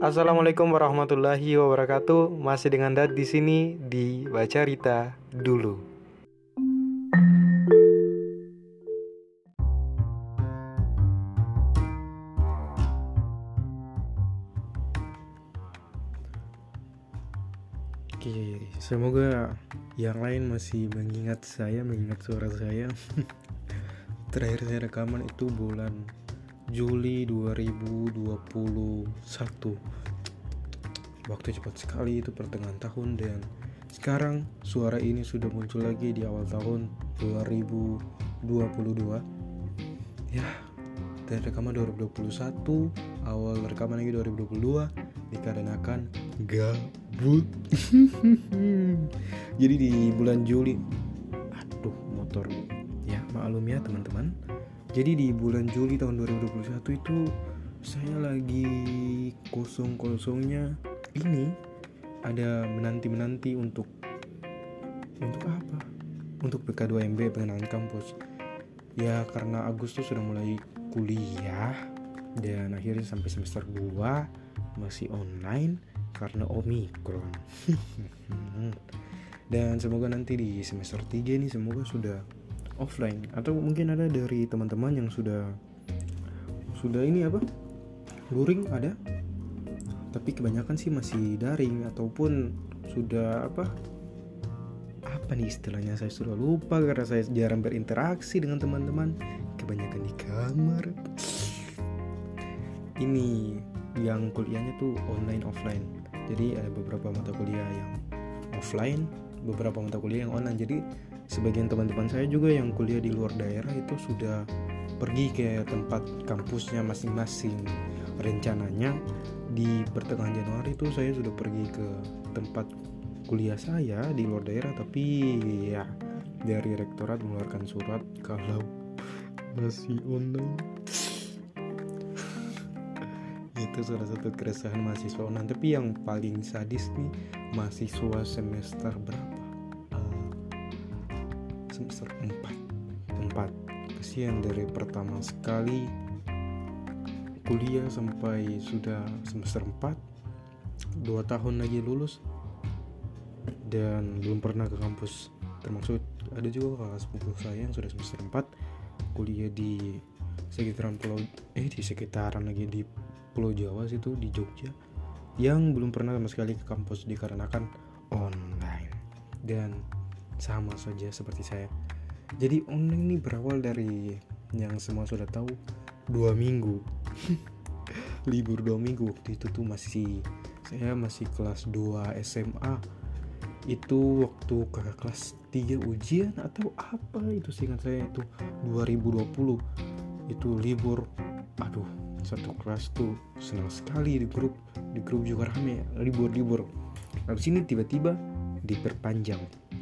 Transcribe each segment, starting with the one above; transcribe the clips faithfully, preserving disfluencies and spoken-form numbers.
Assalamualaikum warahmatullahi wabarakatuh. Masih dengan Dad di sini di Baca Rita dulu. Oke, semoga yang lain masih mengingat saya, mengingat suara saya. Terakhir saya rekaman itu bulan Juli dua ribu dua puluh satu. Waktu cepat sekali, itu pertengahan tahun. Dan sekarang suara ini sudah muncul lagi di awal tahun dua ribu dua puluh dua. Ya, dari rekaman dua ribu dua puluh satu, awal rekaman lagi dua ribu dua puluh dua, dikarenakan gabut. Jadi di bulan Juli, aduh motor, ya maklum ya teman-teman. Jadi di bulan Juli tahun dua ribu dua puluh satu itu saya lagi kosong-kosongnya ini, ada menanti-menanti untuk untuk apa? Untuk P K dua M B, pengenalan kampus. Ya karena Agustus sudah mulai kuliah dan akhirnya sampai semester dua masih online karena Omikron. Dan semoga nanti di semester tiga nih semoga sudah offline, atau mungkin ada dari teman-teman yang sudah sudah ini apa luring ada, tapi kebanyakan sih masih daring ataupun sudah apa apa nih istilahnya, saya sudah lupa karena saya jarang berinteraksi dengan teman-teman, kebanyakan di kamar. Ini yang kuliahnya tuh online offline, jadi ada beberapa mata kuliah yang offline, beberapa mata kuliah yang online. Jadi sebagian teman-teman saya juga yang kuliah di luar daerah itu sudah pergi ke tempat kampusnya masing-masing. Rencananya di pertengahan Januari itu saya sudah pergi ke tempat kuliah saya di luar daerah, tapi ya dari rektorat mengeluarkan surat kalau masih online. Itu salah satu keresahan mahasiswa online. Tapi yang paling sadis nih, mahasiswa semester berapa? Semester empat. empat. Kasihan, dari pertama sekali kuliah sampai sudah semester empat, dua tahun lagi lulus dan belum pernah ke kampus. Termasuk ada juga kakak sepupu saya yang sudah semester empat kuliah di sekitaran pulau eh di sekitaran lagi di Pulau Jawa situ, di Jogja, yang belum pernah sama sekali ke kampus dikarenakan online. Dan sama saja seperti saya. Jadi online ini berawal dari yang semua sudah tahu, dua minggu. Libur dua minggu. Waktu itu tuh masih saya masih kelas dua S M A. Itu waktu kakak kelas tiga ujian atau apa itu, seingat saya itu dua ribu dua puluh. Itu libur. Aduh, satu kelas tuh senang sekali, di grup di grup juga rame, libur-libur. Habis ini tiba-tiba diperpanjang.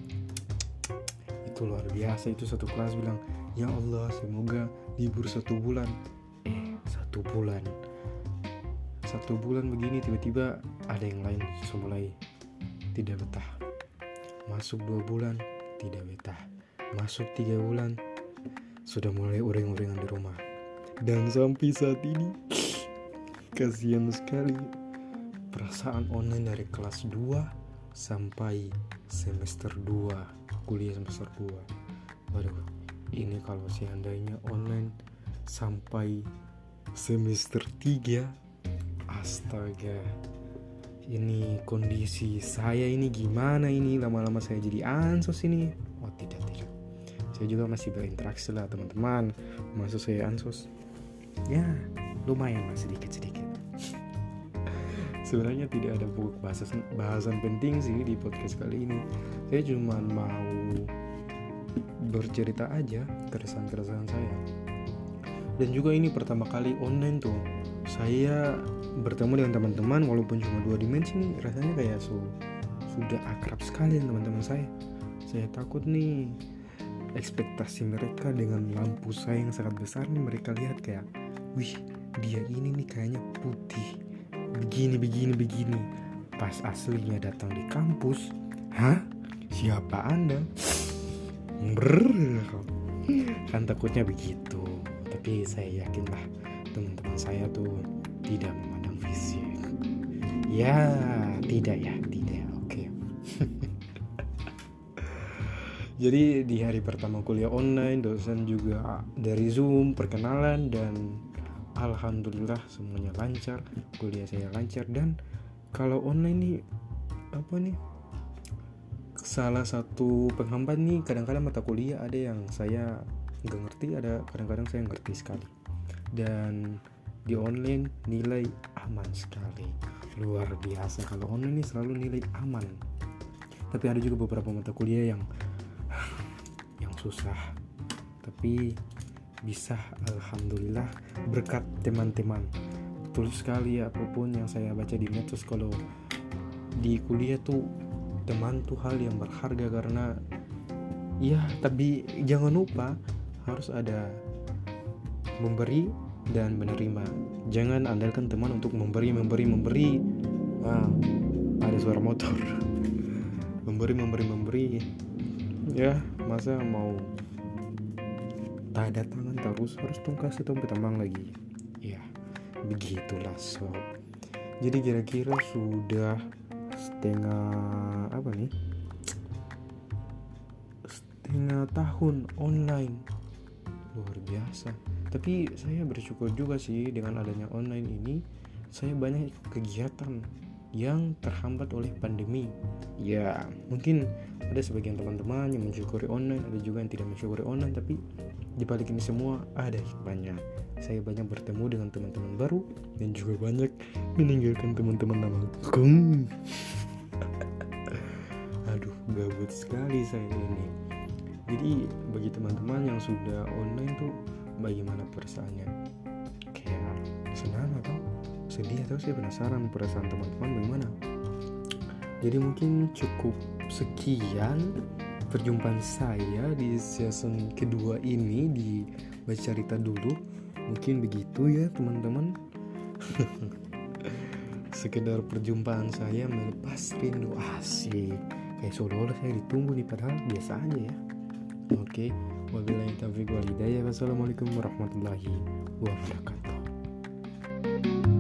Itu luar biasa. Itu satu kelas bilang, ya Allah semoga libur satu bulan. Eh satu bulan satu bulan begini, tiba-tiba ada yang lain mulai tidak betah. Masuk dua bulan tidak betah, masuk tiga bulan sudah mulai uring-uringan di rumah. Dan sampai saat ini kasihan sekali, perasaan online dari kelas dua sampai semester dua, kuliah semester dua. Waduh, ini kalau seandainya online sampai semester tiga, astaga, ini kondisi saya ini gimana ini, lama-lama saya jadi ansos ini. Oh tidak tidak, saya juga masih berinteraksi lah teman-teman, masuk saya ansos ya lumayan lah, sedikit-sedikit. Sebenarnya tidak ada pokok bahasan, bahasan penting sih di podcast kali ini. Saya cuma mau bercerita aja keresahan-keresahan saya. Dan juga ini pertama kali online tuh saya bertemu dengan teman-teman, walaupun cuma dua dimensi nih, rasanya kayak su, sudah akrab sekali dengan teman-teman saya. Saya takut nih ekspektasi mereka dengan lampu saya yang sangat besar nih, mereka lihat kayak, wih dia ini nih kayaknya putih, begini begini begini. Pas aslinya datang di kampus, hah? Siapa Anda? Brrr. Kan takutnya begitu. Tapi saya yakinlah teman-teman saya tuh tidak memandang fisik. Ya, tidak ya, tidak. Oke. Jadi di hari pertama kuliah online, dosen juga dari Zoom, perkenalan, dan alhamdulillah semuanya lancar. Kuliah saya lancar. Dan kalau online nih, apa nih, salah satu penghambat nih, kadang-kadang mata kuliah ada yang saya nggak ngerti, ada kadang-kadang saya ngerti sekali. Dan di online nilai aman sekali, luar biasa. Kalau online ini selalu nilai aman. Tapi ada juga beberapa mata kuliah yang yang susah, tapi bisa alhamdulillah berkat teman-teman. Betul sekali, apapun yang saya baca di medsos, kalau di kuliah tuh teman tuh hal yang berharga. Karena ya, tapi jangan lupa harus ada memberi dan menerima. Jangan andalkan teman untuk memberi, memberi, memberi. Wow, ada suara motor. memberi, memberi, memberi. Ya, masa mau tak ada tangan terus, harus dong kasih tong petambang lagi. Ya, begitulah sob. Jadi kira-kira sudah setengah apa nih? Setengah tahun online. Luar biasa. Tapi saya bersyukur juga sih dengan adanya online ini, saya banyak ikut kegiatan yang terhambat oleh pandemi. Ya, mungkin ada sebagian teman-teman yang mensyukuri online, ada juga yang tidak mensyukuri online, tapi di balik ini semua ada hikmahnya. Saya banyak bertemu dengan teman-teman baru dan juga banyak meninggalkan teman-teman lama. Kung. Aduh, gabut sekali saya ini. Jadi bagi teman-teman yang sudah online tuh, bagaimana perasaannya? Kayak senang atau sedih, atau saya penasaran perasaan teman-teman bagaimana. Jadi mungkin cukup sekian perjumpaan saya di season kedua ini di Baca Cerita Dulu. Mungkin begitu ya teman-teman. Sekedar perjumpaan saya melepas rindu, asik. Kayak seolah-olah saya ditunggu nih, padahal biasa aja ya. Oke, wabillahi taufiq wal hidayah. Wassalamualaikum warahmatullahi wabarakatuh.